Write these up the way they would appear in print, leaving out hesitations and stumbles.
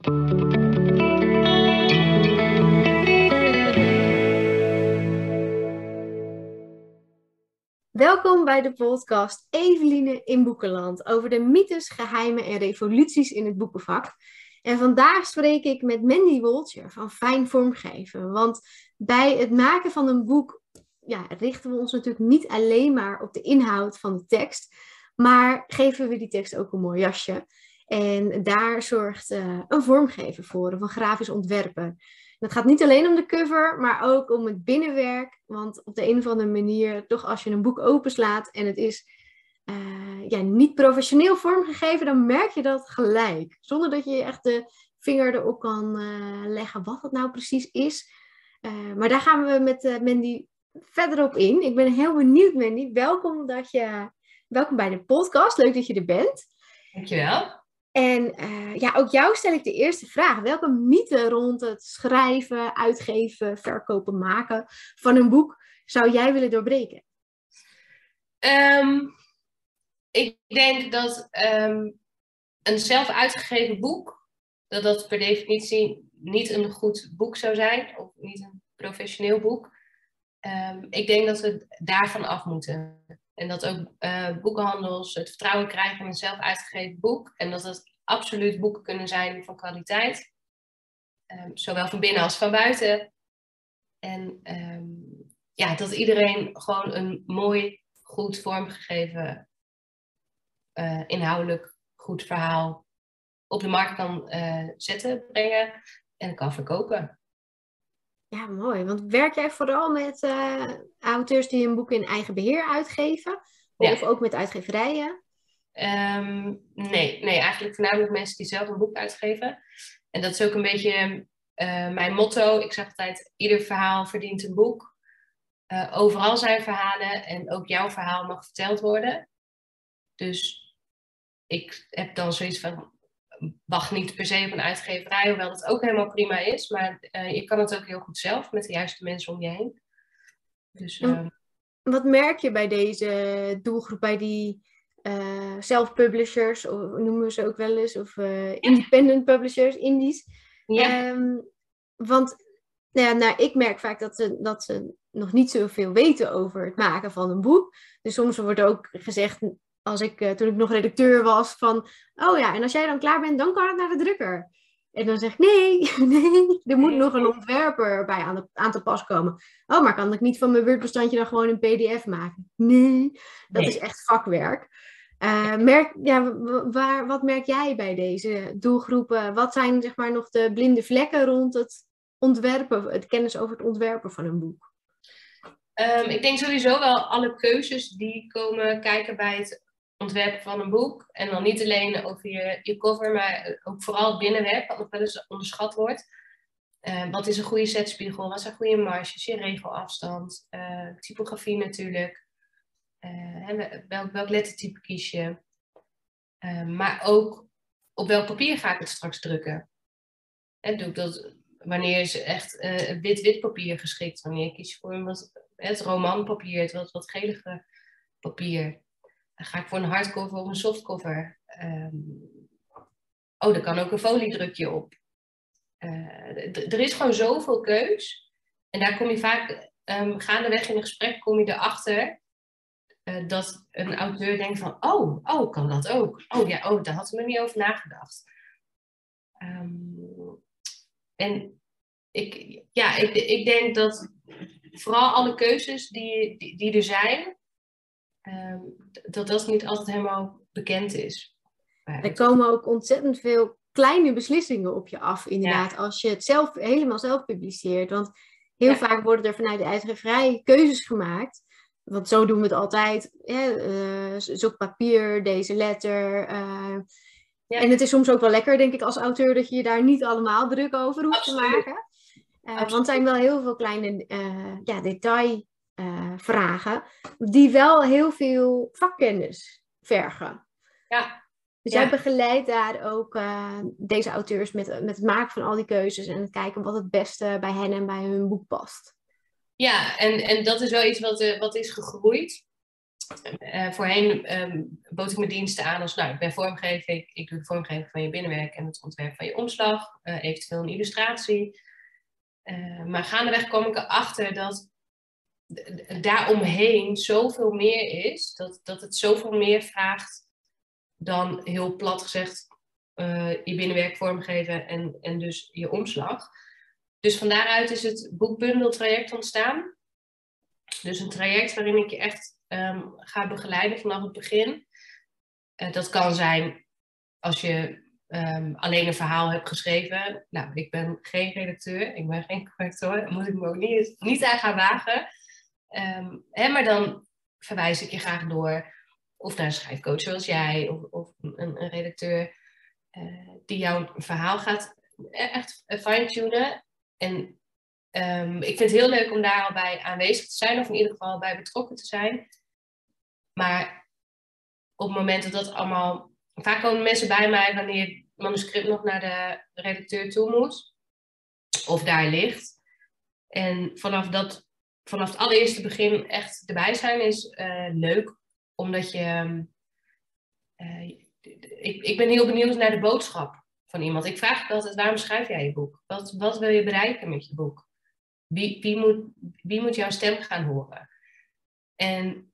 Welkom bij de podcast Eveline in Boekenland over de mythes, geheimen en revoluties in het boekenvak. En vandaag spreek ik met Mandy Woltjer van Fijn Vormgeven. Want bij het maken van een boek richten we ons natuurlijk niet alleen maar op de inhoud van de tekst, maar geven we die tekst ook een mooi jasje. En daar zorgt een vormgever voor, of een grafisch ontwerper. Het gaat niet alleen om de cover, maar ook om het binnenwerk. Want op de een of andere manier, toch als je een boek openslaat en het is niet professioneel vormgegeven, dan merk je dat gelijk. Zonder dat je echt de vinger erop kan leggen wat het nou precies is. Maar daar gaan we met Mandy verder op in. Ik ben heel benieuwd, Mandy. Welkom bij de podcast. Leuk dat je er bent. Dankjewel. En ook jou stel ik de eerste vraag. Welke mythe rond het schrijven, uitgeven, verkopen, maken van een boek zou jij willen doorbreken? Ik denk dat een zelf uitgegeven boek, dat per definitie niet een goed boek zou zijn, of niet een professioneel boek. Ik denk dat we daarvan af moeten. En dat ook boekenhandels het vertrouwen krijgen in een zelf uitgegeven boek. En dat het absoluut boeken kunnen zijn van kwaliteit. Zowel van binnen als van buiten. En dat iedereen gewoon een mooi, goed vormgegeven, inhoudelijk goed verhaal op de markt kan brengen en kan verkopen. Ja, mooi. Want werk jij vooral met auteurs die een boek in eigen beheer uitgeven? Of ook met uitgeverijen? Nee, eigenlijk voornamelijk mensen die zelf een boek uitgeven. En dat is ook een beetje mijn motto. Ik zeg altijd, ieder verhaal verdient een boek. Overal zijn verhalen en ook jouw verhaal mag verteld worden. Dus ik heb dan zoiets van, wacht niet per se op een uitgeverij, hoewel dat ook helemaal prima is. Maar je kan het ook heel goed zelf met de juiste mensen om je heen. Dus, wat merk je bij deze doelgroep, bij die self-publishers, of noemen we ze ook wel eens, of independent publishers, indies? Ja. Want ik merk vaak dat ze nog niet zoveel weten over het maken van een boek. Dus soms wordt ook gezegd, toen ik nog redacteur was, van en als jij dan klaar bent, dan kan het naar de drukker. En dan zeg ik, nee, er moet nog een ontwerper bij aan te pas komen. Oh, maar kan ik niet van mijn Word-bestandje dan gewoon een PDF maken? Nee, dat is echt vakwerk. Wat merk jij bij deze doelgroepen? Wat zijn zeg maar nog de blinde vlekken rond het ontwerpen, het kennis over het ontwerpen van een boek? Ik denk sowieso wel alle keuzes die komen kijken bij het ontwerpen van een boek. En dan niet alleen over je cover, maar ook vooral het binnenwerk, wat nog wel eens onderschat wordt. Wat is een goede zetspiegel? Wat zijn goede marges? Je regelafstand? Typografie natuurlijk. Welk lettertype kies je? Maar ook op welk papier ga ik het straks drukken? Doe ik dat, wanneer is echt wit papier geschikt? Wanneer kies je voor het romanpapier, het wat gelige papier? Ga ik voor een hardcover of een softcover? Er kan ook een foliedrukje op. Er is gewoon zoveel keus. En daar kom je vaak, gaandeweg in een gesprek, kom je erachter dat een auteur denkt van, kan dat ook? Daar had ik me niet over nagedacht. En ik denk dat vooral alle keuzes die er zijn, dat niet altijd helemaal bekend is. Er komen ook ontzettend veel kleine beslissingen op je af, inderdaad, als je het helemaal zelf publiceert. Want heel vaak worden er vanuit de uitgeverij keuzes gemaakt. Want zo doen we het altijd. Zoek papier, deze letter. En het is soms ook wel lekker, denk ik, als auteur, dat je daar niet allemaal druk over hoeft te maken. Want er zijn wel heel veel kleine detailvragen die wel heel veel vakkennis vergen. Ja. Dus jij begeleidt daar ook deze auteurs met het maken van al die keuzes en het kijken wat het beste bij hen en bij hun boek past. Ja, en dat is wel iets wat is gegroeid. Voorheen bood ik mijn diensten aan als, nou, ik ben vormgever, ik doe de vormgeving van je binnenwerk en het ontwerp van je omslag, eventueel een illustratie. Maar gaandeweg kwam ik erachter dat daaromheen zoveel meer is, dat het zoveel meer vraagt dan heel plat gezegd je binnenwerk vormgeven en dus je omslag. Dus van daaruit is het boekbundeltraject ontstaan. Dus een traject waarin ik je echt ga begeleiden vanaf het begin. Dat kan zijn als je alleen een verhaal hebt geschreven. Nou, ik ben geen redacteur, ik ben geen corrector. Daar moet ik me ook niet aan gaan wagen. Maar dan verwijs ik je graag door. Of naar een schrijfcoach zoals jij. Of een redacteur die jouw verhaal gaat echt fine-tunen. En ik vind het heel leuk om daar al bij aanwezig te zijn. Of in ieder geval bij betrokken te zijn. Maar op het moment dat het vaak komen mensen bij mij wanneer het manuscript nog naar de redacteur toe moet. Of daar ligt. En vanaf het allereerste begin echt erbij zijn is leuk. Omdat je... ik ben heel benieuwd naar de boodschap van iemand. Ik vraag altijd, waarom schrijf jij je boek? Wat wil je bereiken met je boek? Wie moet jouw stem gaan horen? En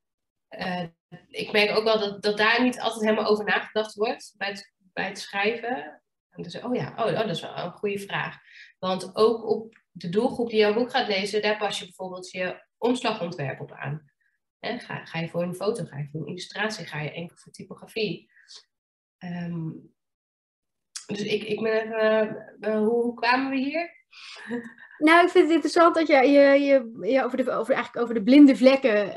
ik merk ook wel dat daar niet altijd helemaal over nagedacht wordt bij het schrijven. En dus, dat is wel een goede vraag. Want ook op de doelgroep die jouw boek gaat lezen, daar pas je bijvoorbeeld je omslagontwerp op aan. Ga je voor een foto, ga je voor een illustratie, ga je enkel voor typografie. Dus ik ben even, hoe kwamen we hier? Nou, ik vind het interessant dat je over de blinde vlekken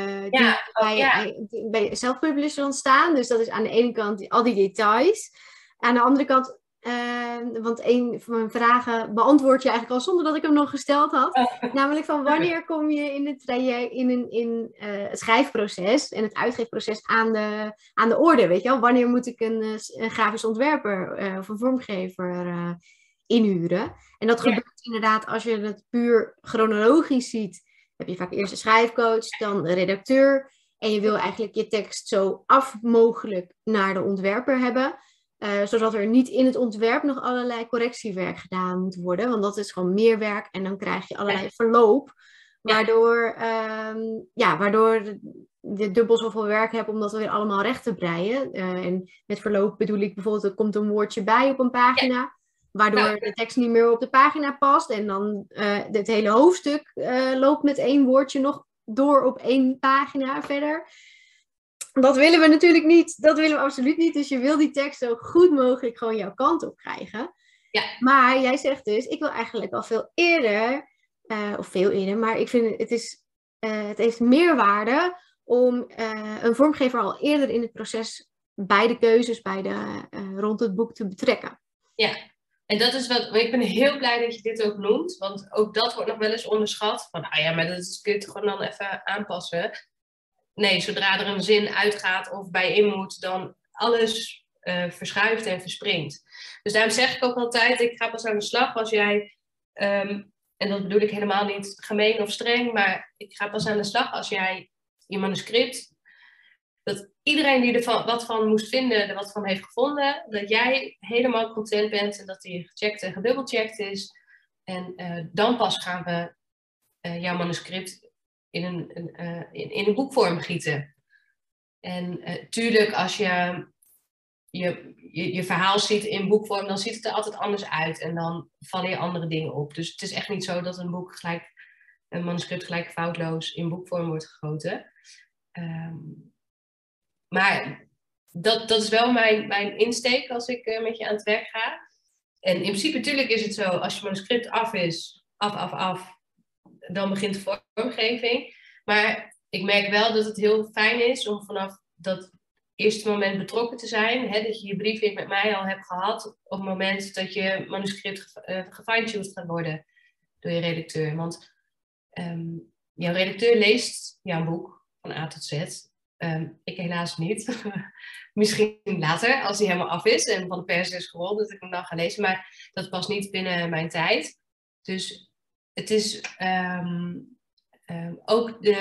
bij zelfpublishers ontstaan. Dus dat is aan de ene kant al die details. Aan de andere kant, want een van mijn vragen beantwoord je eigenlijk al zonder dat ik hem nog gesteld had. Namelijk van wanneer kom je in het traject, in het schrijfproces en het uitgeefproces aan de orde, weet je wel? Wanneer moet ik een grafisch ontwerper of een vormgever inhuren? En dat gebeurt inderdaad als je het puur chronologisch ziet. Heb je vaak eerst een schrijfcoach, dan de redacteur. En je wil eigenlijk je tekst zo af mogelijk naar de ontwerper hebben. Zodat er niet in het ontwerp nog allerlei correctiewerk gedaan moet worden. Want dat is gewoon meer werk en dan krijg je allerlei verloop. Waardoor je dubbel zoveel werk hebt om dat weer allemaal recht te breien. En met verloop bedoel ik bijvoorbeeld, er komt een woordje bij op een pagina. Waardoor de tekst niet meer op de pagina past. En dan het hele hoofdstuk loopt met één woordje nog door op één pagina verder. Dat willen we natuurlijk niet. Dat willen we absoluut niet. Dus je wil die tekst zo goed mogelijk gewoon jouw kant op krijgen. Ja. Maar jij zegt dus, ik wil eigenlijk al veel eerder. Maar ik vind het heeft meerwaarde om een vormgever al eerder in het proces bij de keuzes rond het boek te betrekken. Ja. En dat is ik ben heel blij dat je dit ook noemt, want ook dat wordt nog wel eens onderschat. Van, maar dat kun je het gewoon dan even aanpassen. Nee, zodra er een zin uitgaat of bij in moet, dan alles verschuift en verspringt. Dus daarom zeg ik ook altijd, ik ga pas aan de slag als jij, en dat bedoel ik helemaal niet gemeen of streng, maar ik ga pas aan de slag als jij je manuscript, dat iedereen die er wat van moest vinden, er wat van heeft gevonden. Dat jij helemaal content bent en dat die gecheckt en gedubbelcheckt is. En dan pas gaan we jouw manuscript in een boekvorm gieten. En tuurlijk, als je verhaal ziet in boekvorm, dan ziet het er altijd anders uit. En dan vallen je andere dingen op. Dus het is echt niet zo dat een manuscript gelijk foutloos in boekvorm wordt gegoten. Maar dat is wel mijn insteek als ik met je aan het werk ga. En in principe natuurlijk is het zo, als je manuscript af is, dan begint de vormgeving. Maar ik merk wel dat het heel fijn is om vanaf dat eerste moment betrokken te zijn. Dat je je briefing met mij al hebt gehad op het moment dat je manuscript gefine-tuned gaat worden door je redacteur. Want jouw redacteur leest jouw boek van A tot Z. Ik helaas niet. Misschien later, als hij helemaal af is en van de pers is gerold, dat ik hem dan ga lezen. Maar dat past niet binnen mijn tijd. Dus het is ook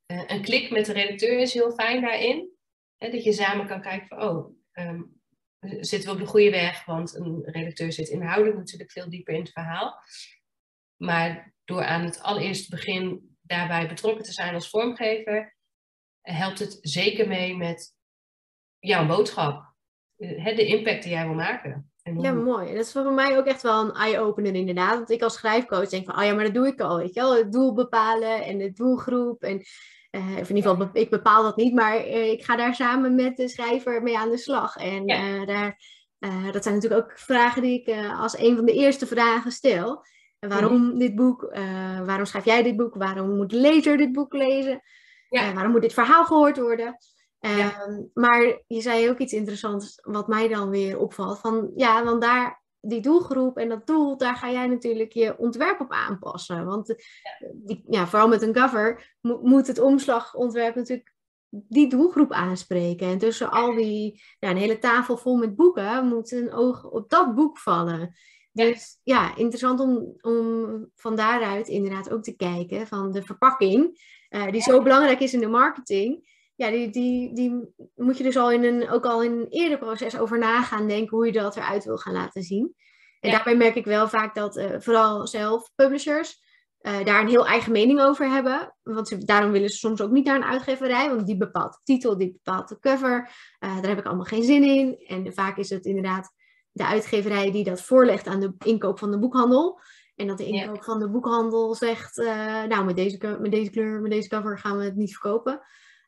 een klik met de redacteur is heel fijn daarin. Hè, dat je samen kan kijken van, zitten we op de goede weg? Want een redacteur zit inhoudelijk natuurlijk veel dieper in het verhaal. Maar door aan het allereerste begin daarbij betrokken te zijn als vormgever, helpt het zeker mee met jouw boodschap. De impact die jij wil maken. Ja, mooi. Dat is voor mij ook echt wel een eye-opener inderdaad. Want ik als schrijfcoach denk van, oh ja, maar dat doe ik al, weet je wel. Het doel bepalen en de doelgroep. En of in ieder geval, ik bepaal dat niet, maar ik ga daar samen met de schrijver mee aan de slag. En dat zijn natuurlijk ook vragen die ik als een van de eerste vragen stel. Waarom dit boek? Waarom schrijf jij dit boek? Waarom moet de lezer dit boek lezen? Waarom moet dit verhaal gehoord worden? Maar je zei ook iets interessants wat mij dan weer opvalt. Van, ja, want daar, die doelgroep en dat doel, daar ga jij natuurlijk je ontwerp op aanpassen. Want vooral met een cover moet het omslagontwerp natuurlijk die doelgroep aanspreken. En tussen al die, een hele tafel vol met boeken, moet een oog op dat boek vallen. Dus interessant om van daaruit inderdaad ook te kijken van de verpakking, die zo belangrijk is in de marketing. Ja, die moet je dus ook al in een eerder proces over nagaan denken hoe je dat eruit wil gaan laten zien. En daarbij merk ik wel vaak dat vooral zelf publishers daar een heel eigen mening over hebben. Want daarom willen ze soms ook niet naar een uitgeverij, want die bepaalt de titel, die bepaalt de cover. Daar heb ik allemaal geen zin in. En vaak is het inderdaad de uitgeverij die dat voorlegt aan de inkoop van de boekhandel. En dat de inkoop van de boekhandel zegt, met deze kleur, met deze cover gaan we het niet verkopen.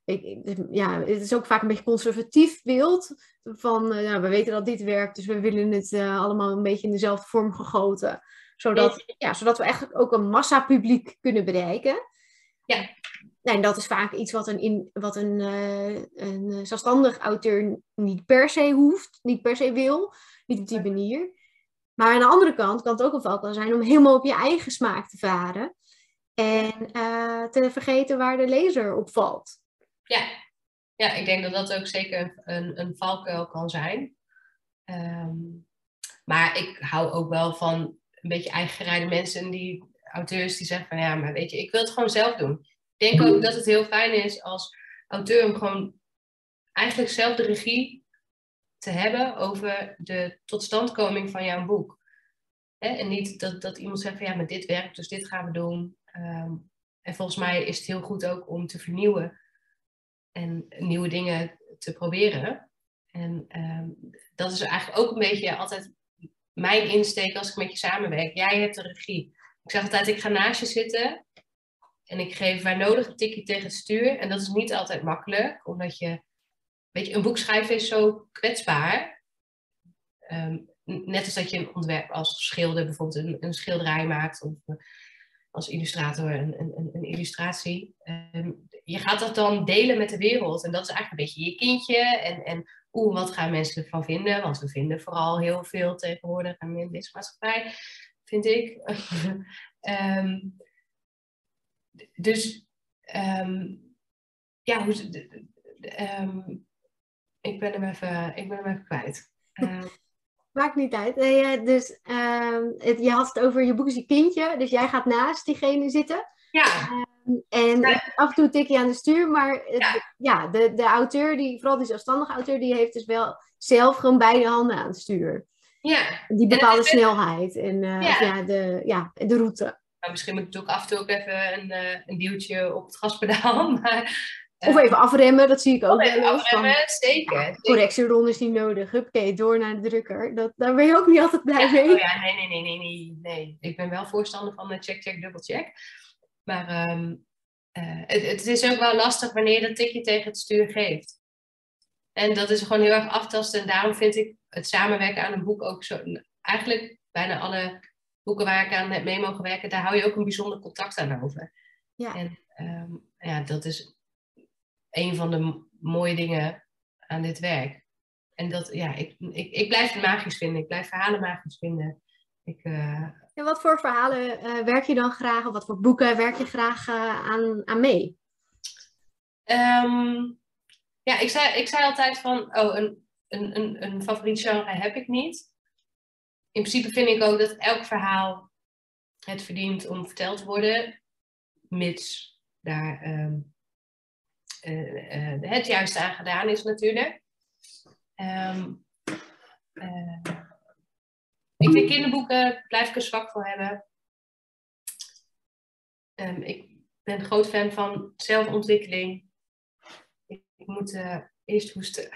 Het is ook vaak een beetje conservatief beeld van, we weten dat dit werkt, dus we willen het allemaal een beetje in dezelfde vorm gegoten. Zodat we eigenlijk ook een massapubliek kunnen bereiken. Ja. En dat is vaak iets wat een zelfstandig auteur niet per se hoeft, niet per se wil, niet op die manier. Maar aan de andere kant kan het ook een valkuil zijn om helemaal op je eigen smaak te varen. En te vergeten waar de lezer op valt. Ja, ik denk dat dat ook zeker een valkuil kan zijn. Maar ik hou ook wel van een beetje eigengereide mensen, auteurs die zeggen van, ja, maar weet je, ik wil het gewoon zelf doen. Ik denk ook dat het heel fijn is als auteur om gewoon eigenlijk zelf de regie te hebben over de totstandkoming van jouw boek. En niet dat iemand zegt van, ja, maar dit werkt, dus dit gaan we doen. En volgens mij is het heel goed ook om te vernieuwen en nieuwe dingen te proberen. En dat is eigenlijk ook een beetje altijd mijn insteek als ik met je samenwerk. Jij hebt de regie. Ik zeg altijd, ik ga naast je zitten en ik geef waar nodig een tikje tegen het stuur. En dat is niet altijd makkelijk, omdat een boek schrijven is zo kwetsbaar. Net als dat je een ontwerp als schilder bijvoorbeeld een schilderij maakt of als illustrator een illustratie. Je gaat dat dan delen met de wereld. En dat is eigenlijk een beetje je kindje. En wat gaan mensen ervan vinden? Want we vinden vooral heel veel tegenwoordig in deze maatschappij, vind ik. Ik ben hem even kwijt. Maakt niet uit. Je had het over je boek is je kindje. Dus jij gaat naast diegene zitten. Ja. En af en toe tik je aan de stuur. Maar de auteur, vooral die zelfstandige auteur, die heeft dus wel zelf gewoon beide handen aan het stuur. Ja. Die bepaalde snelheid en de route. Nou, misschien moet ik ook af en toe ook even een duwtje op het gaspedaal. Maar of even afremmen, dat zie ik ook wel eens. Afremmen, zeker. Correctieron is niet nodig. Huppakee, door naar de drukker. Daar ben je ook niet altijd blij mee. Oh ja, nee. Ik ben wel voorstander van de check, dubbel check. Maar het is ook wel lastig wanneer je dat tikje tegen het stuur geeft. En dat is gewoon heel erg aftasten. En daarom vind ik het samenwerken aan een boek ook zo... Eigenlijk bijna alle boeken waar ik aan heb mee mogen werken, daar hou je ook een bijzonder contact aan over. Ja. En dat is een van de mooie dingen aan dit werk. En dat, ik blijf het magisch vinden. Ik blijf verhalen magisch vinden. En wat voor verhalen werk je dan graag? Of wat voor boeken werk je graag aan mee? Ik zei altijd van, een favoriet genre heb ik niet. In principe vind ik ook dat elk verhaal het verdient om verteld te worden. Mits daar het juiste aan gedaan is natuurlijk. Ik vind kinderboeken, blijf ik er zwak voor hebben. Ik ben een groot fan van zelfontwikkeling. Ik moet eerst hoesten.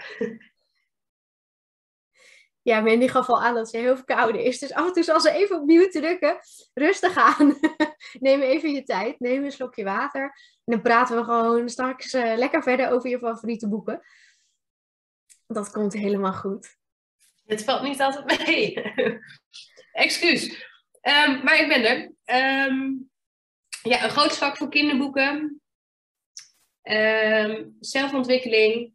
Ja, Mandy gaf al aan dat ze heel verkouden is. Dus af en toe zal ze even opnieuw drukken. Rustig aan. Neem even je tijd. Neem een slokje water. En dan praten we gewoon straks lekker verder over je favoriete boeken. Dat komt helemaal goed. Het valt niet altijd mee. Excuus. Maar ik ben er. Ja, een groot vak voor kinderboeken. Zelfontwikkeling.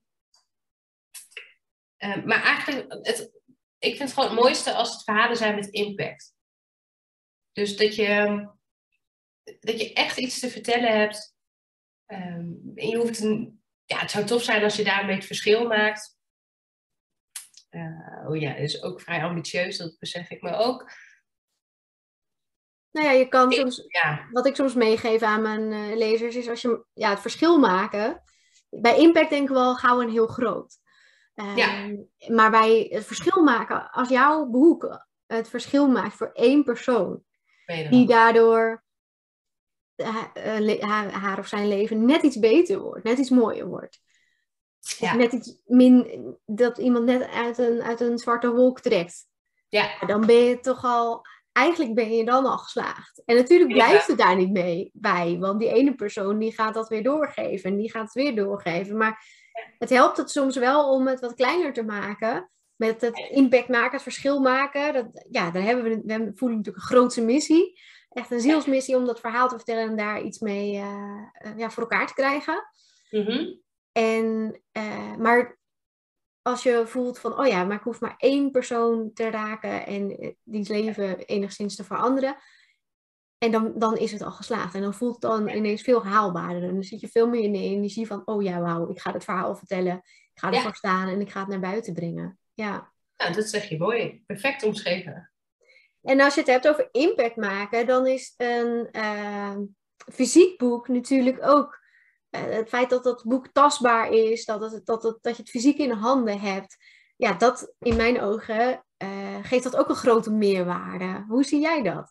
Maar eigenlijk, ik vind het gewoon het mooiste als het verhalen zijn met impact. Dus dat je echt iets te vertellen hebt. En je hoeft het zou tof zijn als je daarmee het verschil maakt. Dat is ook vrij ambitieus, dat besef ik me ook. Nou ja, je kan soms, wat ik soms meegeef aan mijn lezers, is als je het verschil maken. Bij impact denk ik wel gauw een heel groot. Maar bij het verschil maken, als jouw boek het verschil maakt voor één persoon, die daardoor haar of zijn leven net iets beter wordt, net iets mooier wordt. Ja. Net iets dat iemand net uit een zwarte wolk trekt. Ja. Dan ben je toch al, eigenlijk ben je dan al geslaagd. En natuurlijk blijft het daar niet mee bij, want die ene persoon die gaat dat weer doorgeven en die gaat het weer doorgeven. Maar het helpt het soms wel om het wat kleiner te maken. Met het impact maken, het verschil maken. Daar voelen natuurlijk een grootse missie. Echt een zielsmissie om dat verhaal te vertellen en daar iets mee voor elkaar te krijgen. Mm-hmm. Maar als je voelt van, maar ik hoef maar één persoon te raken en diens leven enigszins te veranderen. En dan is het al geslaagd. En dan voelt het dan ineens veel haalbaarder. En dan zit je veel meer in de energie van, wauw, ik ga het verhaal vertellen. Ik ga ervoor staan en ik ga het naar buiten brengen. Ja. Nou, dat zeg je mooi. Perfect omschreven. En als je het hebt over impact maken, dan is een fysiek boek natuurlijk ook het feit dat dat boek tastbaar is, dat je het fysiek in de handen hebt. Ja, dat in mijn ogen geeft dat ook een grote meerwaarde. Hoe zie jij dat?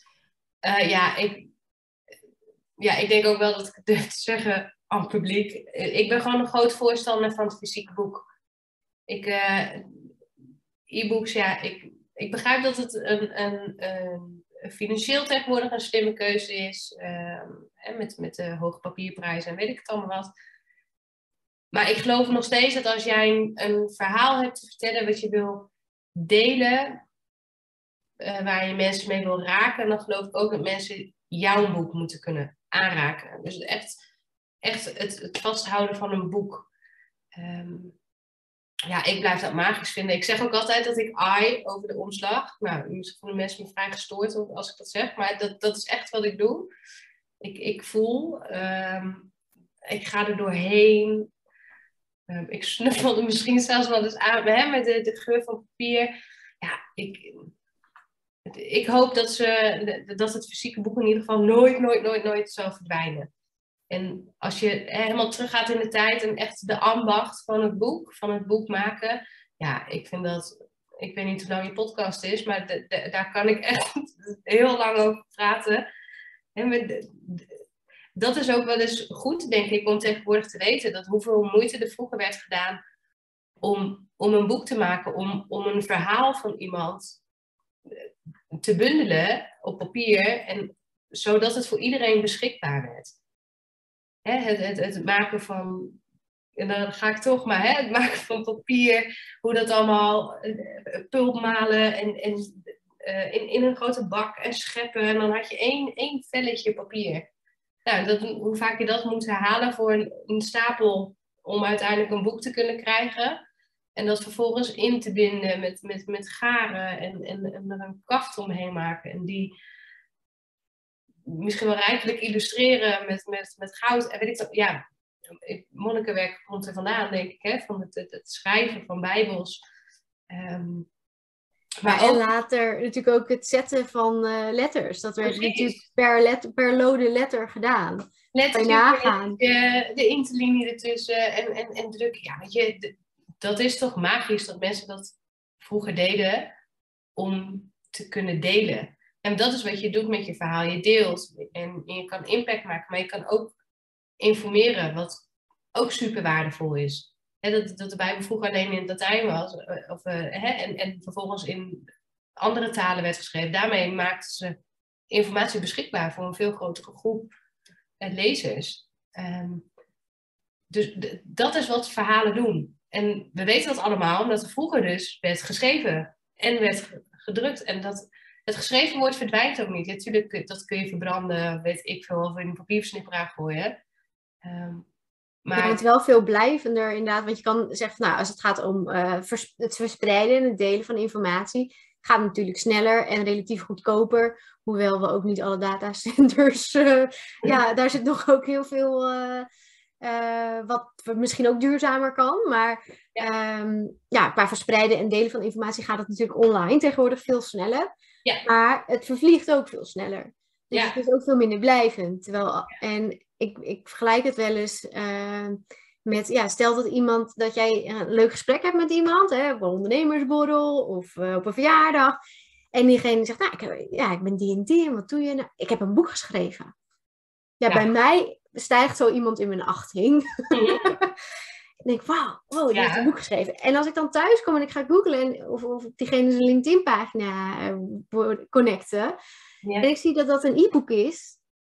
Ik denk ook wel dat ik het durf te zeggen aan het publiek. Ik ben gewoon een groot voorstander van het fysieke boek. E-books, ik begrijp dat het een financieel tegenwoordig een slimme keuze is. Met de hoge papierprijzen en weet ik het allemaal wat. Maar ik geloof nog steeds dat als jij een verhaal hebt te vertellen wat je wil delen, waar je mensen mee wil raken, dan geloof ik ook dat mensen jouw boek moeten kunnen aanraken. Dus echt het vasthouden van een boek. Ik blijf dat magisch vinden. Ik zeg ook altijd dat ik over de omslag. Nou, misschien voelen mensen me vrij gestoord als ik dat zeg. Maar dat is echt wat ik doe. Ik voel. Ik ga er doorheen. Ik snuffel er misschien zelfs wel eens aan met de geur van papier. Ja, ik hoop dat het fysieke boek in ieder geval nooit zal verdwijnen. En als je helemaal teruggaat in de tijd en echt de ambacht van het boek maken. Ja, ik vind dat, ik weet niet hoe lang je podcast is, maar daar kan ik echt heel lang over praten. Dat is ook wel eens goed, denk ik, om tegenwoordig te weten. Dat hoeveel moeite er vroeger werd gedaan om een boek te maken. Om een verhaal van iemand te bundelen op papier. En zodat het voor iedereen beschikbaar werd. Het maken van, en dan ga ik toch maar, het maken van papier, hoe dat allemaal pulp malen en in een grote bak en scheppen. En dan had je één velletje papier. Nou, hoe vaak je dat moet herhalen voor een stapel om uiteindelijk een boek te kunnen krijgen. En dat vervolgens in te binden met garen en er een kaft omheen maken. En die misschien wel rijkelijk illustreren met goud. En weet ik dat, ja, monnikenwerk komt er vandaan, denk ik, van het schrijven van bijbels. Maar en later natuurlijk ook het zetten van letters. Dat werd natuurlijk per lode letter gedaan. Kan je lettertjes, nagaan. de interlinie ertussen en druk. Ja, weet je, dat is toch magisch dat mensen dat vroeger deden om te kunnen delen. En dat is wat je doet met je verhaal. Je deelt en je kan impact maken, maar je kan ook informeren, wat ook super waardevol is. Dat de Bijbel vroeger alleen in het Latijn was, en vervolgens in andere talen werd geschreven. Daarmee maakten ze informatie beschikbaar voor een veel grotere groep lezers. Dus dat is wat verhalen doen. En we weten dat allemaal, omdat er vroeger dus werd geschreven en werd gedrukt. En dat het geschreven woord verdwijnt ook niet. Natuurlijk, dat kun je verbranden, weet ik veel, of in een papierversnipperaar gooien. Ja, het is wel veel blijvender inderdaad. Want je kan zeggen, nou, als het gaat om het verspreiden en het delen van informatie, gaat het natuurlijk sneller en relatief goedkoper. Hoewel we ook niet alle datacenters, ja, daar zit nog ook heel veel wat misschien ook duurzamer kan. Maar ja, qua verspreiden en delen van informatie gaat het natuurlijk online tegenwoordig veel sneller. Ja. Maar het vervliegt ook veel sneller. Dus Ja. het is ook veel minder blijvend. Terwijl, en ik vergelijk het wel eens met, ja, stel dat jij een leuk gesprek hebt met iemand, hè, op een ondernemersborrel of op een verjaardag. En diegene zegt, nou, ik ben die en die en wat doe je? Nou, ik heb een boek geschreven. Ja, bij mij stijgt zo iemand in mijn achting. En denk, wauw, die heeft een boek geschreven. En als ik dan thuis kom en ik ga googlen of diegene zijn LinkedIn-pagina connecten, en ik zie dat dat een e-book is,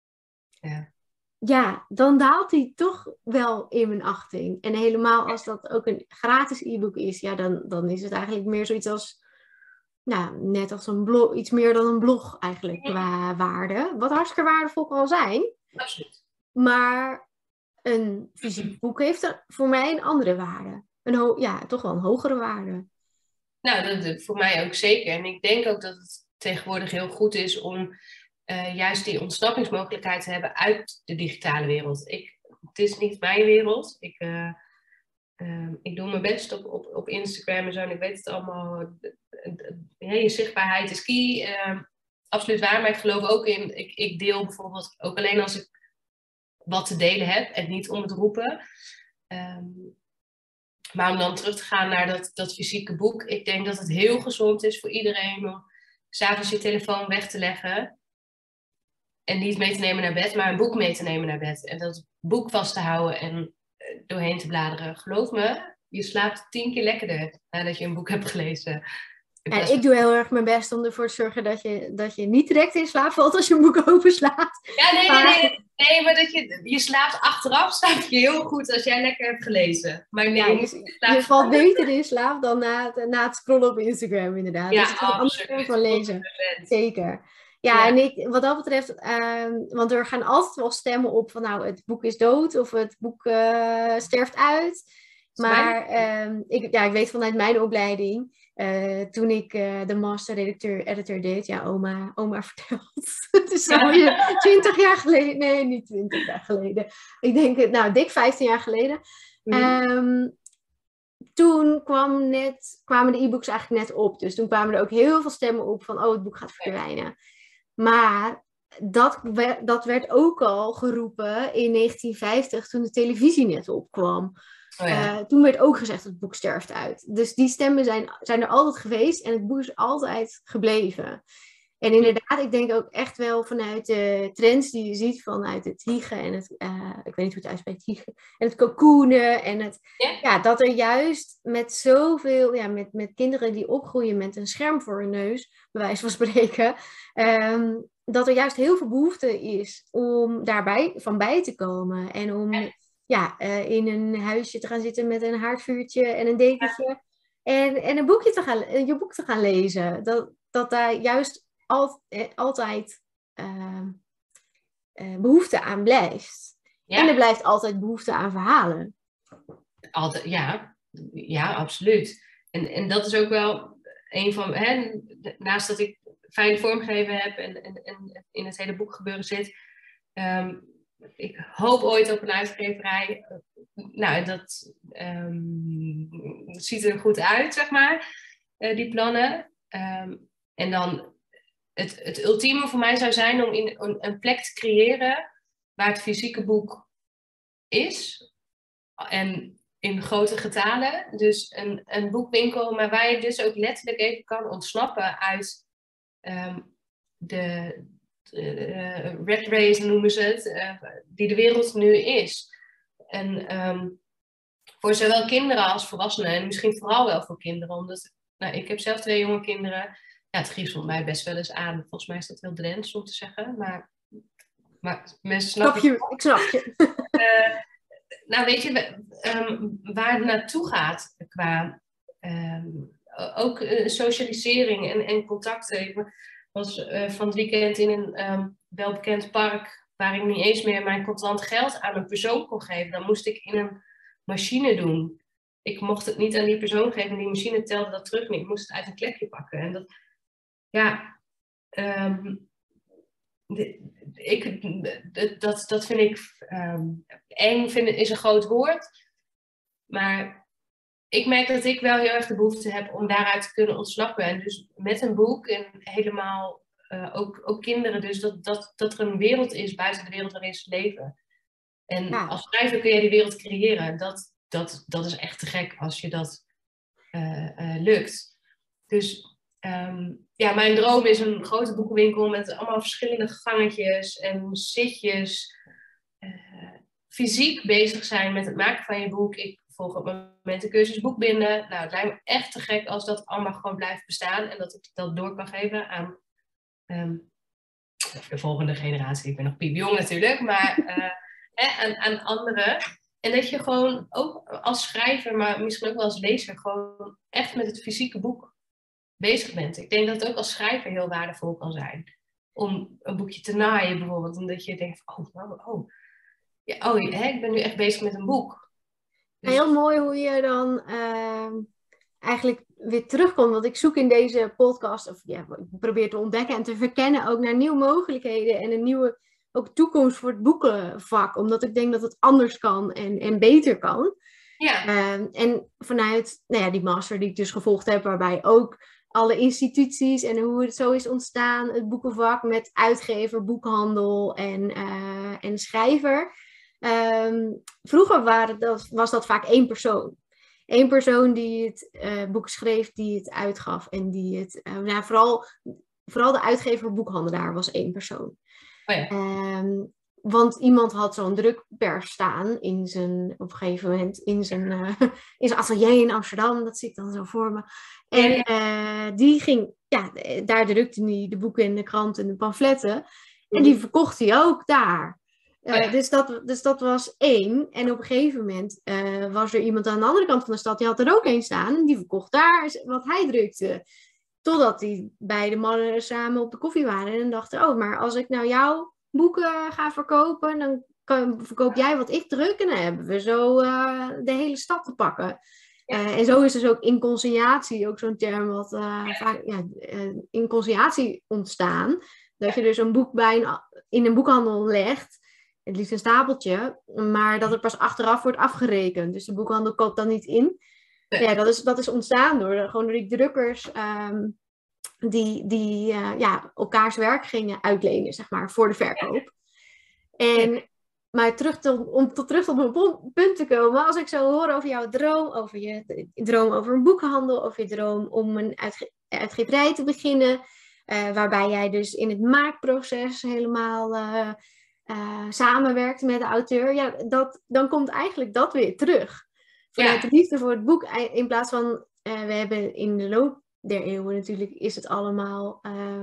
ja, dan daalt die toch wel in mijn achting. En helemaal als dat ook een gratis e-book is, ja, dan is het eigenlijk meer zoiets als, nou, net als een blog, iets meer dan een blog eigenlijk qua waarde. Wat hartstikke waardevol kan zijn. Absoluut. Maar een fysiek boek heeft voor mij een andere waarde. Toch wel een hogere waarde. Nou, dat voor mij ook zeker. En ik denk ook dat het tegenwoordig heel goed is om juist die ontsnappingsmogelijkheid te hebben uit de digitale wereld. Het is niet mijn wereld. Ik doe mijn best op Instagram en zo. En ik weet het allemaal. Je zichtbaarheid is key. Absoluut waar. Maar ik geloof ook in. Ik deel bijvoorbeeld ook alleen als ik wat te delen heb. En niet om het roepen. Maar om dan terug te gaan naar dat fysieke boek. Ik denk dat het heel gezond is voor iedereen om 's avonds je telefoon weg te leggen. En niet mee te nemen naar bed, maar een boek mee te nemen naar bed. En dat boek vast te houden en doorheen te bladeren. Geloof me, je slaapt 10 keer lekkerder nadat je een boek hebt gelezen. En ik doe heel erg mijn best om ervoor te zorgen dat je niet direct in slaap valt als je een boek openslaat. Ja, nee, maar dat je slaapt achteraf, slaap je heel goed als jij lekker hebt gelezen. Maar nee, je valt beter in slaap dan na het scrollen op Instagram, inderdaad. Ja, dus het is een andere vorm van lezen. 100%. Zeker. Ja, en wat dat betreft, want er gaan altijd wel stemmen op van, nou, het boek is dood of het boek sterft uit. Maar ik weet vanuit mijn opleiding, toen ik de master editor deed, ja, oma vertelt. Het is alweer 20 jaar geleden. Nee, niet 20 jaar geleden. Ik denk, nou, dik 15 jaar geleden. Toen kwamen de e-books eigenlijk net op. Dus toen kwamen er ook heel veel stemmen op van, het boek gaat verdwijnen. Maar dat werd ook al geroepen in 1950 toen de televisie net opkwam. Toen werd ook gezegd dat het boek sterft uit. Dus die stemmen zijn er altijd geweest en het boek is altijd gebleven. En inderdaad, ik denk ook echt wel vanuit de trends die je ziet vanuit het hygge en het, ik weet niet hoe het uitspreekt, hygge, en het cocoonen en dat er juist met zoveel, met kinderen die opgroeien met een scherm voor hun neus, bij wijze van spreken, dat er juist heel veel behoefte is om daarbij van bij te komen en om in een huisje te gaan zitten met een haardvuurtje en een dekentje en een je boek te gaan lezen. Dat daar juist altijd behoefte aan blijft. Ja. En er blijft altijd behoefte aan verhalen. Altijd, ja, absoluut. En dat is ook wel een van, naast dat ik fijn vormgeven heb en in het hele boekgebeuren zit, ik hoop ooit op een uitgeverij. Nou, dat ziet er goed uit, zeg maar, die plannen. En dan het ultieme voor mij zou zijn om een plek te creëren waar het fysieke boek is. En in grote getalen. Dus een boekwinkel, maar waar je dus ook letterlijk even kan ontsnappen uit de rat race noemen ze het, die de wereld nu is. En voor zowel kinderen als volwassenen, en misschien vooral wel voor kinderen, omdat ik heb zelf 2 jonge kinderen. Ja, het griezelt mij best wel eens aan. Volgens mij is dat heel Drents om te zeggen, maar mensen snappen het. Ik snap je. Weet je, waar het naartoe gaat qua ook socialisering en contacten. Ik was van het weekend in een welbekend park waar ik niet eens meer mijn contant geld aan een persoon kon geven. Dan moest ik in een machine doen. Ik mocht het niet aan die persoon geven. Die machine telde dat terug niet. Ik moest het uit een klepje pakken. En dat, ja, dat vind ik eng, is een groot woord. Maar ik merk dat ik wel heel erg de behoefte heb om daaruit te kunnen ontsnappen. En dus met een boek en helemaal ook kinderen, dus dat er een wereld is buiten de wereld waarin ze leven. En als schrijver kun je die wereld creëren. Dat is echt te gek als je dat lukt. Dus mijn droom is een grote boekenwinkel met allemaal verschillende gangetjes en zitjes. Fysiek bezig zijn met het maken van je boek. Ik volg op het moment de cursus boekbinden. Nou, het lijkt me echt te gek als dat allemaal gewoon blijft bestaan. En dat ik dat door kan geven aan de volgende generatie. Ik ben nog piepjong natuurlijk, maar aan anderen. En dat je gewoon ook als schrijver, maar misschien ook wel als lezer, gewoon echt met het fysieke boek bezig bent. Ik denk dat het ook als schrijver heel waardevol kan zijn. Om een boekje te naaien bijvoorbeeld. Omdat je denkt, ik ben nu echt bezig met een boek. Dus... Heel mooi hoe je dan eigenlijk weer terugkomt. Want ik zoek in deze podcast, ik probeer te ontdekken en te verkennen ook naar nieuwe mogelijkheden en een nieuwe ook toekomst voor het boekenvak. Omdat ik denk dat het anders kan en beter kan. Ja. En vanuit die master die ik dus gevolgd heb, waarbij ook alle instituties en hoe het zo is ontstaan, het boekenvak met uitgever, boekhandel en schrijver. Vroeger was dat vaak 1 persoon. 1 persoon die het boek schreef, die het uitgaf. En die het, vooral de uitgever boekhandelaar was 1 persoon. Oh ja. Want iemand had zo'n drukpers staan op een gegeven moment in zijn atelier in Amsterdam. Dat zie ik dan zo voor me. En die ging, daar drukte hij de boeken en de kranten en de pamfletten. En die verkocht hij ook daar. Dus dat was 1. En op een gegeven moment was er iemand aan de andere kant van de stad. Die had er ook 1 staan. En die verkocht daar wat hij drukte. Totdat die beide mannen samen op de koffie waren. En dachten, maar als ik nou jouw boeken ga verkopen, dan verkoop jij wat ik druk. En dan hebben we zo de hele stad te pakken. Ja. En zo is dus ook inconsiatie, ook zo'n term wat vaak inconsiatie ontstaan. Dat je dus een boek in een boekhandel legt. Het liefst een stapeltje, maar dat het pas achteraf wordt afgerekend. Dus de boekhandel koopt dan niet in. Ja, dat is ontstaan door die drukkers die elkaars werk gingen uitlenen, zeg maar, voor de verkoop. Maar terug tot mijn punt te komen, als ik zo hoor over jouw droom, over je droom over een boekhandel, over je droom om een uitgeverij te beginnen, waarbij jij dus in het maakproces helemaal samenwerkt met de auteur, dan komt eigenlijk dat weer terug. Vanuit de liefde voor het boek, in plaats van, we hebben in de loop der eeuwen natuurlijk, is het allemaal,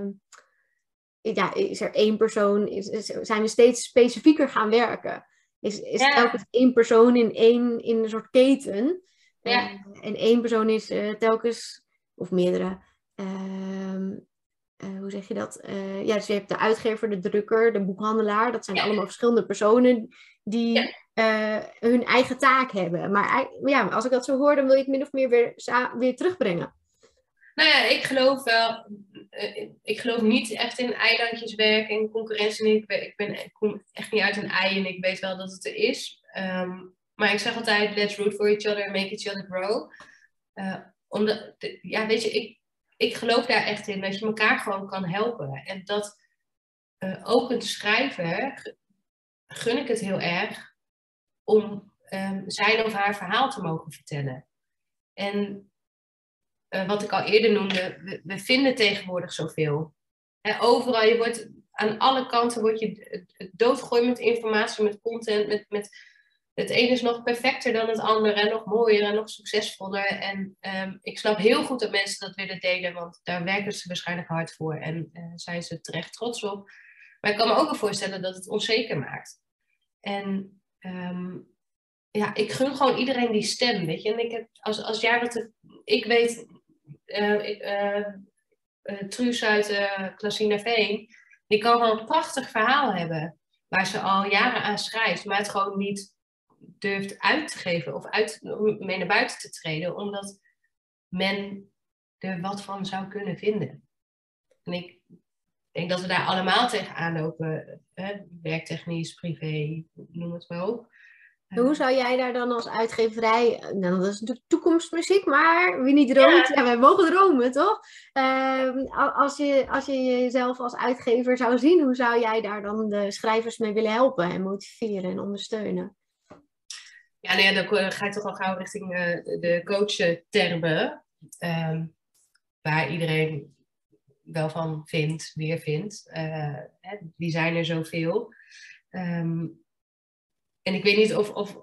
is er 1 persoon, zijn we steeds specifieker gaan werken. Is telkens 1 persoon in een soort keten. En 1 persoon is telkens, of meerdere, hoe zeg je dat? Dus je hebt de uitgever, de drukker, de boekhandelaar. Dat zijn allemaal verschillende personen die hun eigen taak hebben. Maar als ik dat zo hoor, dan wil je het min of meer weer terugbrengen. Nou ja, ik geloof wel. Ik geloof niet echt in eilandjeswerk en concurrentie. Ik kom echt niet uit een ei en ik weet wel dat het er is. Maar ik zeg altijd, let's root for each other and make each other grow. Weet je, ik geloof daar echt in dat je elkaar gewoon kan helpen. En dat ook een schrijver gun ik het heel erg om zijn of haar verhaal te mogen vertellen. En wat ik al eerder noemde, we vinden tegenwoordig zoveel. Overal, aan alle kanten word je doodgegooid met informatie, met content, met het ene is nog perfecter dan het andere en nog mooier en nog succesvoller. En ik snap heel goed dat mensen dat willen delen, want daar werken ze waarschijnlijk hard voor en zijn ze terecht trots op. Maar ik kan me ook wel voorstellen dat het onzeker maakt. En ik gun gewoon iedereen die stem, weet je. En ik heb, als jij dat... Ik weet... Truus uit Klassinaveen, die kan wel een prachtig verhaal hebben, waar ze al jaren aan schrijft, maar het gewoon niet durft uit te geven of mee naar buiten te treden, omdat men er wat van zou kunnen vinden. En ik denk dat we daar allemaal tegenaan lopen, werktechnisch, privé, noem het maar op. Hoe zou jij daar dan als uitgeverij, nou dat is natuurlijk toekomstmuziek, maar wie niet droomt, ja, wij mogen dromen, toch? Als je jezelf als uitgever zou zien, hoe zou jij daar dan de schrijvers mee willen helpen en motiveren en ondersteunen? Ja, nee, dan ga je toch al gauw richting de coach-termen, waar iedereen wel van vindt, weer vindt. Die zijn er zoveel. En ik weet niet of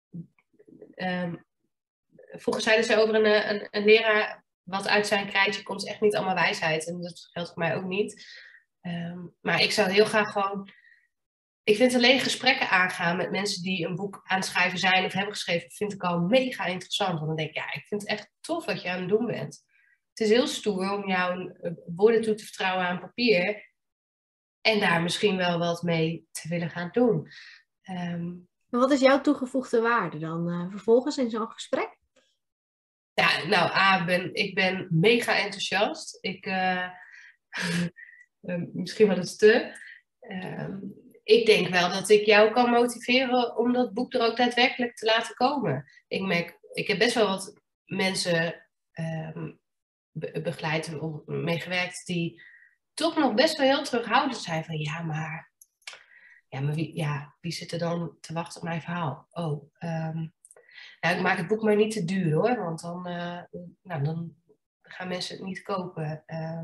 vroeger zeiden ze over een leraar, wat uit zijn krijtje komt, is echt niet allemaal wijsheid. En dat geldt voor mij ook niet. Maar ik zou heel graag gewoon... Ik vind alleen gesprekken aangaan met mensen die een boek aan het schrijven zijn of hebben geschreven, vind ik al mega interessant. Want dan denk ik, ja, ik vind het echt tof wat je aan het doen bent. Het is heel stoer om jouw woorden toe te vertrouwen aan papier en daar misschien wel wat mee te willen gaan doen. Wat is jouw toegevoegde waarde dan vervolgens in zo'n gesprek? Ja, nou, ik ben mega enthousiast. Misschien wel eens te. Ik denk wel dat ik jou kan motiveren om dat boek er ook daadwerkelijk te laten komen. Ik heb best wel wat mensen begeleid of meegewerkt die toch nog best wel heel terughoudend zijn van maar wie zit er dan te wachten op mijn verhaal? Nou, ik maak het boek maar niet te duur hoor, want dan gaan mensen het niet kopen.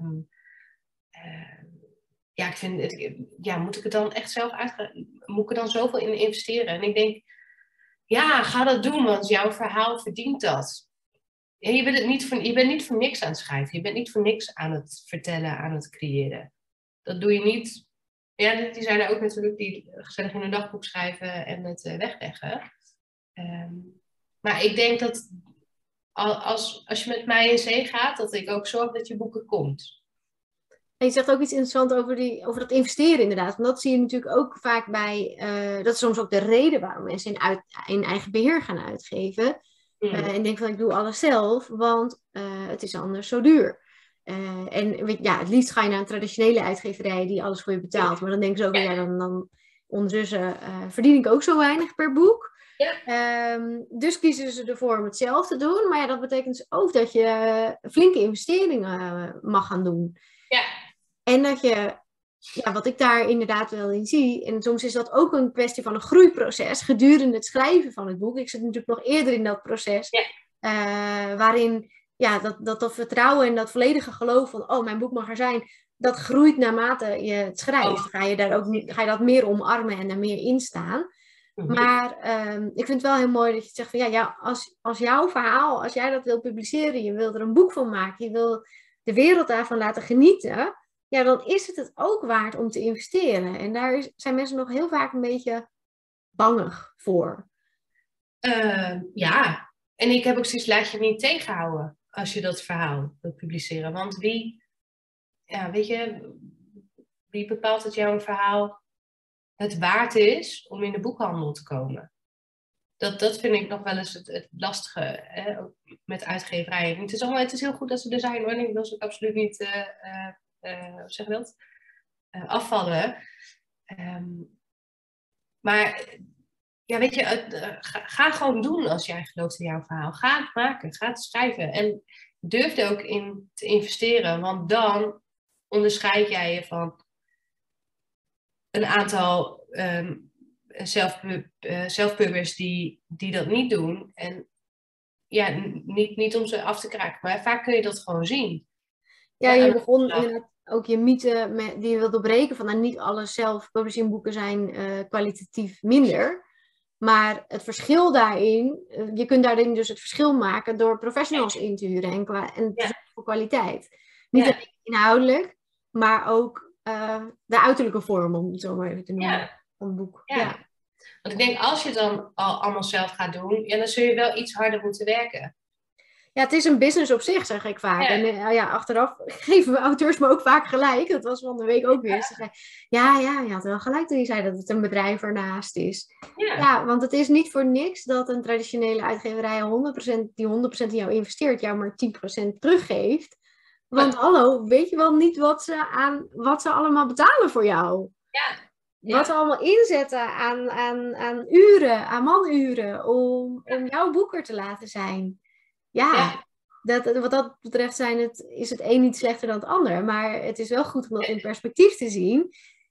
Ik vind het, moet ik het dan echt zelf moet ik er dan zoveel in investeren? En ik denk, ja, ga dat doen, want jouw verhaal verdient dat. Ja, je bent niet voor niks aan het schrijven. Je bent niet voor niks aan het vertellen, aan het creëren. Dat doe je niet. Ja, die zijn er ook natuurlijk die gezellig in een dagboek schrijven en het wegleggen. Maar ik denk dat als je met mij in zee gaat, dat ik ook zorg dat je boeken komt. En je zegt ook iets interessants over dat investeren inderdaad. Want dat zie je natuurlijk ook vaak bij... dat is soms ook de reden waarom mensen in eigen beheer gaan uitgeven. En denk van ik doe alles zelf, want het is anders zo duur. Het liefst ga je naar een traditionele uitgeverij die alles voor je betaalt. Maar dan denken ze ook, dan ondertussen verdien ik ook zo weinig per boek. Ja. Dus kiezen ze ervoor om het zelf te doen. Maar ja, dat betekent dus ook dat je flinke investeringen mag gaan doen. Ja. En dat je, wat ik daar inderdaad wel in zie, en soms is dat ook een kwestie van een groeiproces gedurende het schrijven van het boek. Ik zit natuurlijk nog eerder in dat proces, waarin dat vertrouwen en dat volledige geloof van, mijn boek mag er zijn, dat groeit naarmate je het schrijft. Ga je dat meer omarmen en er meer in staan. Maar ik vind het wel heel mooi dat je zegt van als jouw verhaal, als jij dat wil publiceren, je wil er een boek van maken, je wil de wereld daarvan laten genieten, dan is het ook waard om te investeren. En daar zijn mensen nog heel vaak een beetje bangig voor. En ik heb ook zoiets, laat je niet tegenhouden als je dat verhaal wilt publiceren. Want wie bepaalt dat jouw verhaal het waard is om in de boekhandel te komen? Dat vind ik nog wel eens het lastige ook met uitgeverijen. Het is heel goed dat ze er zijn hoor. Ik wil ze ook absoluut niet afvallen. Maar ga gewoon doen als jij gelooft in jouw verhaal. Ga het maken, ga het schrijven. En durf er ook in te investeren. Want dan onderscheid jij je van een aantal zelfpubbers die dat niet doen. En ja, niet om ze af te kraken, maar vaak kun je dat gewoon zien. Ja, je begon inderdaad ook je mythe die je wilt doorbreken van niet alle self-publishing boeken zijn kwalitatief minder. Maar het verschil daarin, je kunt daarin dus het verschil maken door professionals in te huren en voor kwaliteit. Niet alleen inhoudelijk, maar ook de uiterlijke vorm, om het zo maar even te noemen, van het boek. Ja. Want ik denk, als je het dan allemaal zelf gaat doen, dan zul je wel iets harder moeten werken. Ja, het is een business op zich, zeg ik vaak. Ja. En achteraf geven auteurs me ook vaak gelijk. Dat was van de week ook weer. Ze zei, je had wel gelijk toen je zei dat het een bedrijf ernaast is. Ja, want het is niet voor niks dat een traditionele uitgeverij 100% die 100% in jou investeert, jou maar 10% teruggeeft. Want hallo, weet je wel niet wat ze allemaal betalen voor jou? Ja. Wat ze allemaal inzetten aan uren, aan manuren, om jouw boeker te laten zijn. Ja. Wat dat betreft is het een niet slechter dan het ander. Maar het is wel goed om dat in perspectief te zien.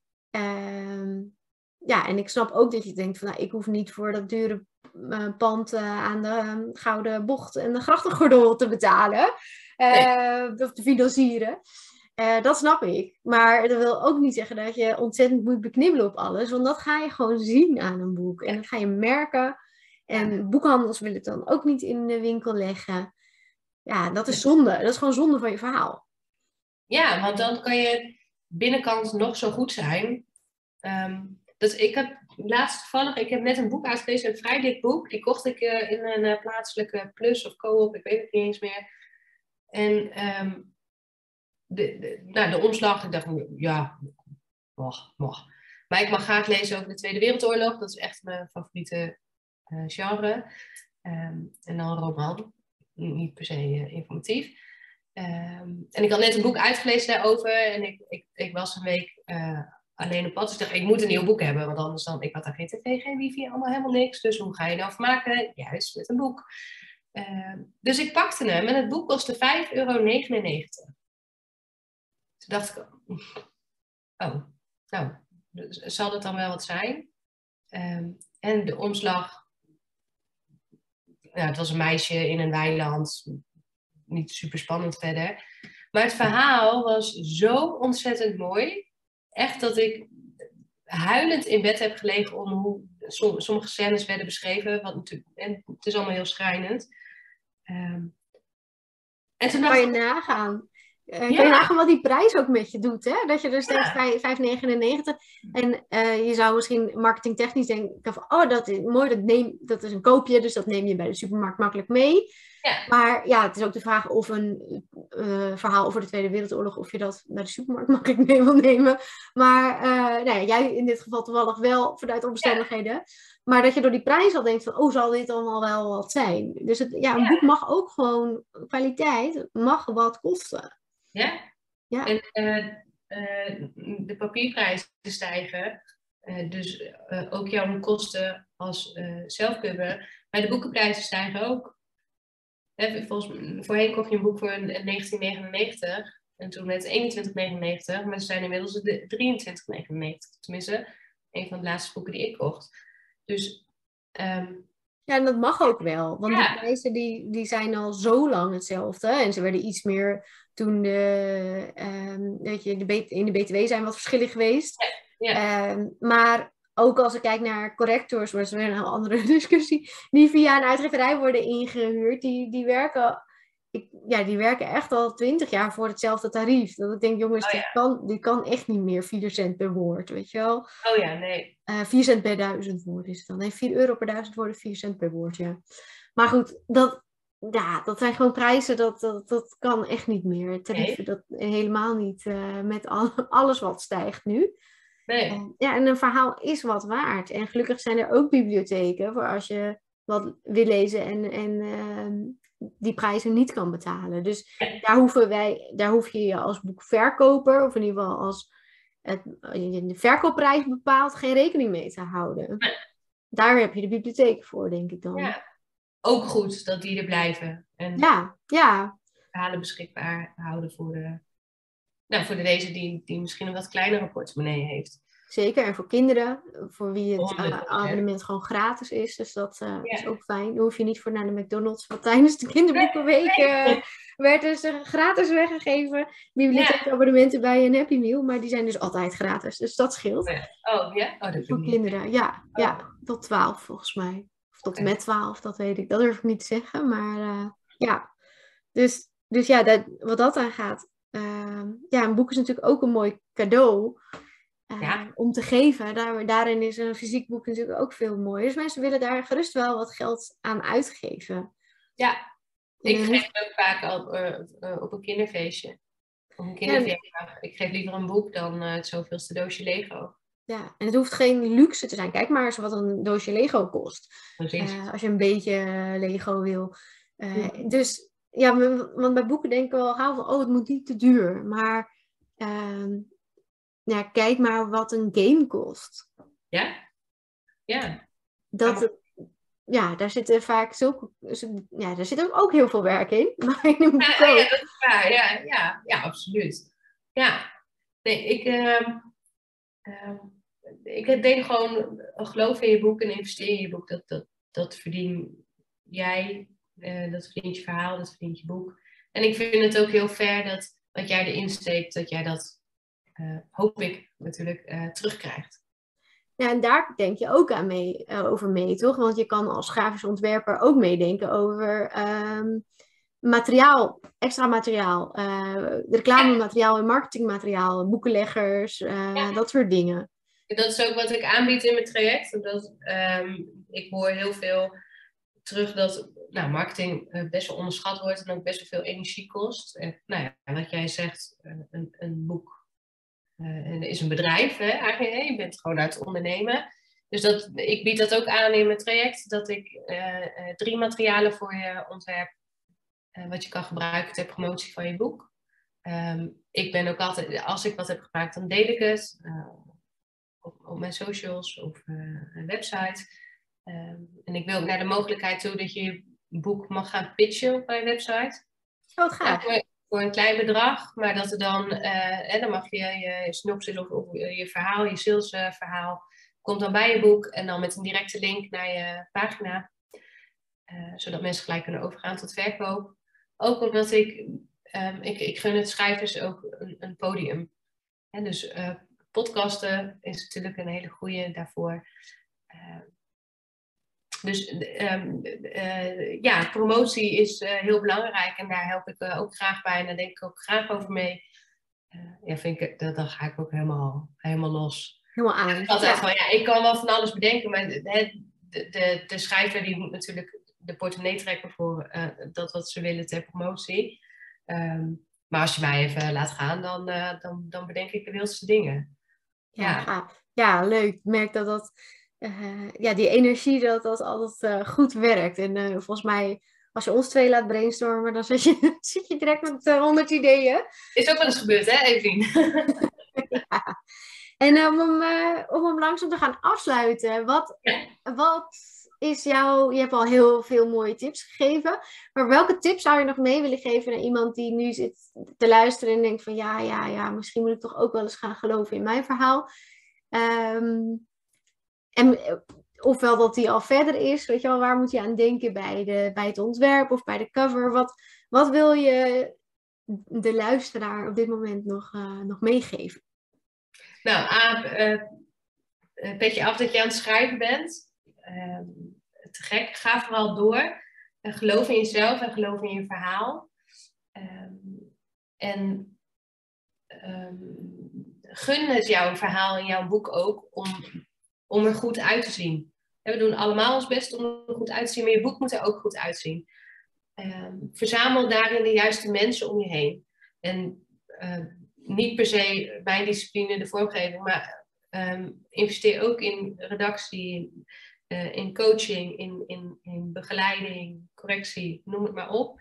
En ik snap ook dat je denkt van, ik hoef niet voor dat dure pand aan de Gouden Bocht en de Grachtengordel te betalen. Of te financieren. Dat snap ik. Maar dat wil ook niet zeggen dat je ontzettend moet beknibbelen op alles. Want dat ga je gewoon zien aan een boek. En dat ga je merken. En boekhandels willen het dan ook niet in de winkel leggen. Ja, dat is zonde. Dat is gewoon zonde van je verhaal. Ja, want dan kan je binnenkant nog zo goed zijn. Dus ik heb laatst toevallig, ik heb net een boek uitgelezen, een vrij dik boek. Die kocht ik in een plaatselijke Plus of Co-op, ik weet het niet eens meer. En de omslag, ik dacht, ja, mag. Maar ik mag graag lezen over de Tweede Wereldoorlog. Dat is echt mijn favoriete genre. En dan een roman. Niet per se informatief. En ik had net een boek uitgelezen daarover. En ik was een week alleen op pad. Dus ik dacht, ik moet een nieuw boek hebben. Want anders dan, ik had daar geen tv, geen wifi, allemaal helemaal niks. Dus hoe ga je nou vermaken? Juist met een boek. Dus ik pakte hem. En het boek kostte €5,99. Toen dacht ik, nou, zal dat dan wel wat zijn? En de omslag, het was een meisje in een weiland, niet super spannend verder. Maar het verhaal was zo ontzettend mooi. Echt dat ik huilend in bed heb gelegen om hoe sommige scènes werden beschreven. En het is allemaal heel schrijnend. En toen kan je nagaan. Kan je nagaan wat die prijs ook met je doet, hè? Dat je dus denkt €5,99. En je zou misschien marketingtechnisch denken van, dat is mooi, dat is een koopje, dus dat neem je bij de supermarkt makkelijk mee. Ja. Maar het is ook de vraag of een verhaal over de Tweede Wereldoorlog, of je dat naar de supermarkt makkelijk mee wil nemen. Maar jij in dit geval toevallig wel, vanuit omstandigheden. Ja. Maar dat je door die prijs al denkt van, zal dit allemaal wel wat zijn? Dus een boek mag ook gewoon, kwaliteit mag wat kosten. Ja. En de papierprijzen stijgen. Dus ook jouw kosten als zelfpubber. Maar de boekenprijzen stijgen ook. Voorheen kocht je een boek voor €19,99. En toen werd het €21,99. Maar ze zijn inmiddels €23,99. Tenminste, een van de laatste boeken die ik kocht. Dus... en dat mag ook wel. Want die prijzen die zijn al zo lang hetzelfde. En ze werden iets meer toen in de BTW zijn wat verschillen geweest. Maar ook als ik kijk naar correctors, maar dat is weer een andere discussie, die via een uitgeverij worden ingehuurd, die werken echt al 20 jaar voor hetzelfde tarief. Dat ik denk, jongens, dit kan echt niet meer 4 cent per woord, weet je wel? Oh ja, nee. 4 cent per 1000 woorden is het dan. Nee, €4 per 1000 woorden, 4 cent per woord, ja. Maar goed, dat zijn gewoon prijzen, dat kan echt niet meer. Tarieven, dat helemaal niet met alles wat stijgt nu. Nee. En een verhaal is wat waard. En gelukkig zijn er ook bibliotheken voor als je wat wil lezen en die prijzen niet kan betalen. Dus daar hoef je als boekverkoper, of in ieder geval als de verkoopprijs bepaalt, geen rekening mee te houden. Nee. Daar heb je de bibliotheek voor, denk ik dan. Ja. Ook goed dat die er blijven. En verhalen beschikbaar houden voor de lezer die misschien een wat kleinere portemonnee heeft. Zeker, en voor kinderen, voor wie het 100%. abonnement gewoon gratis is. Dus dat is Ja. ook fijn. Dan hoef je niet voor naar de McDonald's. Want tijdens de kinderboekenweek werden ze gratis weggegeven. Bibliotheekabonnementen bij een Happy Meal. Maar die zijn dus altijd gratis. Dus dat scheelt. Oh ja? Oh, dat heb ik Voor niet. kinderen, ja. Tot 12 volgens mij. Of tot en met 12, dat weet ik. Dat durf ik niet te zeggen. Maar ja. Dus ja, wat dat aangaat. Een boek is natuurlijk ook een mooi cadeau. Om te geven. Daarin is een fysiek boek natuurlijk ook veel mooier. Dus mensen willen daar gerust wel wat geld aan uitgeven. Ja, ik geef het ook vaak al op een kinderfeestje. Of een kinderverjaardag. Ik geef liever een boek dan het zoveelste doosje Lego. Ja, en het hoeft geen luxe te zijn. Kijk maar eens wat een doosje Lego kost. Als je een beetje Lego wil. Dus ja, want bij boeken denken we al gauw van, het moet niet te duur. Maar kijk maar wat een game kost. Ja? Ja. Daar zitten vaak daar zit ook heel veel werk in. Maar in een boek ook. Ja, dat is waar. Ja, absoluut. Ja. Nee, ik denk gewoon, geloof in je boek en investeer in je boek. Dat verdien jij, dat verdient je verhaal, dat verdient je boek. En ik vind het ook heel fair dat wat jij erin steekt, dat jij dat, hoop ik natuurlijk, terugkrijgt. Ja, en daar denk je ook over mee, toch? Want je kan als grafisch ontwerper ook meedenken over materiaal, extra materiaal, reclamemateriaal en marketingmateriaal, boekenleggers, dat soort dingen. Dat is ook wat ik aanbied in mijn traject. Ik hoor heel veel terug dat marketing best wel onderschat wordt en ook best wel veel energie kost. En wat jij zegt, een boek is een bedrijf, hè, eigenlijk. Je bent gewoon aan het ondernemen. Dus ik bied dat ook aan in mijn traject, dat ik 3 materialen voor je ontwerp, wat je kan gebruiken ter promotie van je boek. Ik ben ook altijd, als ik wat heb gemaakt, dan deel ik het op mijn socials of een website. En ik wil ook naar de mogelijkheid toe dat je je boek mag gaan pitchen op mijn website. Wat gaaf. Voor een klein bedrag, maar dat er dan mag je je synopsis of je verhaal, je salesverhaal, komt dan bij je boek en dan met een directe link naar je pagina. Zodat mensen gelijk kunnen overgaan tot verkoop. Ook omdat ik gun het schrijvers ook een podium. Dus podcasten is natuurlijk een hele goede daarvoor. Promotie is heel belangrijk en daar help ik ook graag bij en daar denk ik ook graag over mee. Dan ga ik ook helemaal los. Helemaal aan. Ik kan wel van alles bedenken, maar de schrijver die moet natuurlijk de portemonnee trekken voor dat wat ze willen ter promotie. Maar als je mij even laat gaan, dan bedenk ik de wildste dingen. Ja, leuk. Ik merk dat die energie, dat altijd goed werkt. En volgens mij, als je ons 2 laat brainstormen, dan zit je direct met 100 ideeën. Is ook wel eens gebeurd, hè, Evelien? Ja. En om hem langzaam te gaan afsluiten, wat is je hebt al heel veel mooie tips gegeven, maar welke tips zou je nog mee willen geven aan iemand die nu zit te luisteren en denkt van ja, misschien moet ik toch ook wel eens gaan geloven in mijn verhaal. Ofwel dat die al verder is, weet je wel, waar moet je aan denken bij het ontwerp of bij de cover? Wat wil je de luisteraar op dit moment nog meegeven? Nou, petje af dat je aan het schrijven bent. Te gek, ga vooral door. Geloof in jezelf en geloof in je verhaal. Gun het jouw verhaal en jouw boek ook om er goed uit te zien. We doen allemaal ons best om er goed uit te zien, maar je boek moet er ook goed uitzien. Verzamel daarin de juiste mensen om je heen. En niet per se mijn discipline, de vormgeving, maar investeer ook in redactie, in coaching, in begeleiding, correctie, noem het maar op.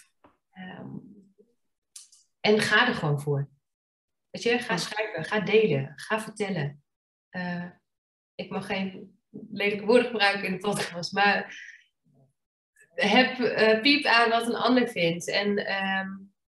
En ga er gewoon voor. Weet je, ga schrijven, ga delen, ga vertellen. Ik mag geen lelijke woorden gebruiken in de podcast, maar piep aan wat een ander vindt. En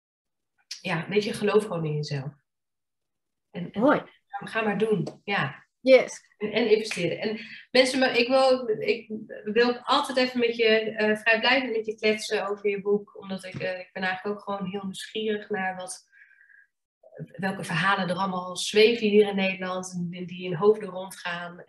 weet je, geloof gewoon in jezelf. En mooi. Ga maar doen, ja. Yes. En investeren. En mensen, maar ik wil ook altijd even met je vrijblijvend met je kletsen over je boek. Omdat ik ben eigenlijk ook gewoon heel nieuwsgierig naar welke verhalen er allemaal zweven hier in Nederland. En die in hoofden rondgaan.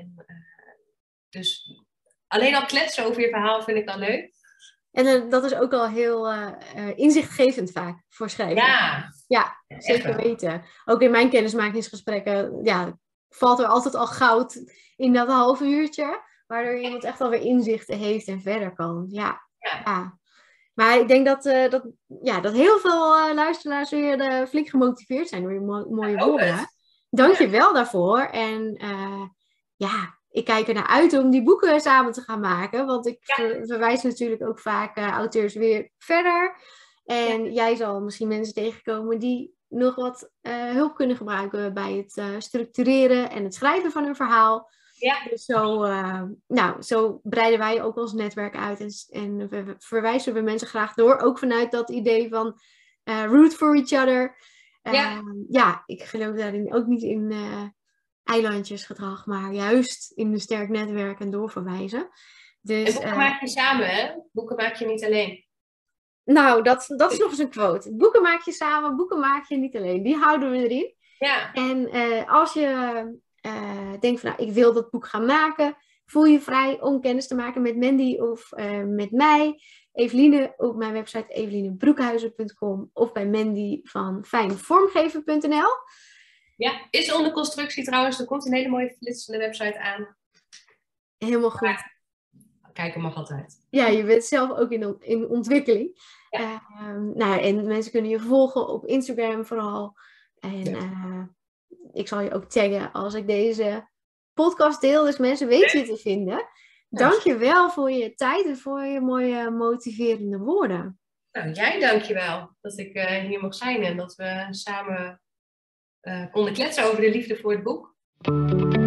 Dus alleen al kletsen over je verhaal vind ik al leuk. En dat is ook al heel inzichtgevend vaak voor schrijven. Ja, zeker weten. Ook in mijn kennismakingsgesprekken valt er altijd al goud in dat half uurtje. Waardoor iemand echt alweer inzichten heeft en verder kan. Ja. Maar ik denk dat heel veel luisteraars weer flink gemotiveerd zijn door je mooie woorden. Dank je wel daarvoor. En ik kijk er naar uit om die boeken samen te gaan maken. Want ik verwijs natuurlijk ook vaak auteurs weer verder. En jij zal misschien mensen tegenkomen die nog wat hulp kunnen gebruiken bij het structureren en het schrijven van hun verhaal. Ja. Dus zo breiden wij ook ons netwerk uit en verwijzen we mensen graag door. Ook vanuit dat idee van root for each other. Ik geloof daarin ook niet in eilandjesgedrag, maar juist in een sterk netwerk en doorverwijzen. Dus, en boeken maak je samen, hè? Boeken maak je niet alleen. Nou, dat is nog eens een quote. Boeken maak je samen, boeken maak je niet alleen. Die houden we erin. Ja. En als je denkt van, ik wil dat boek gaan maken, voel je vrij om kennis te maken met Mandy of met mij. Eveline op mijn website evelinebroekhuizen.com of bij Mandy van fijnvormgeven.nl. Ja, is onder constructie trouwens. Er komt een hele mooie flitsende website aan. Helemaal goed. Kijken mag altijd. Ja, je bent zelf ook in ontwikkeling. Ja. En mensen kunnen je volgen op Instagram vooral. En ik zal je ook taggen als ik deze podcast deel. Dus mensen weten je te vinden. Dank je wel voor je tijd en voor je mooie motiverende woorden. Nou, jij dank je wel dat ik hier mocht zijn. En dat we samen konden kletsen over de liefde voor het boek.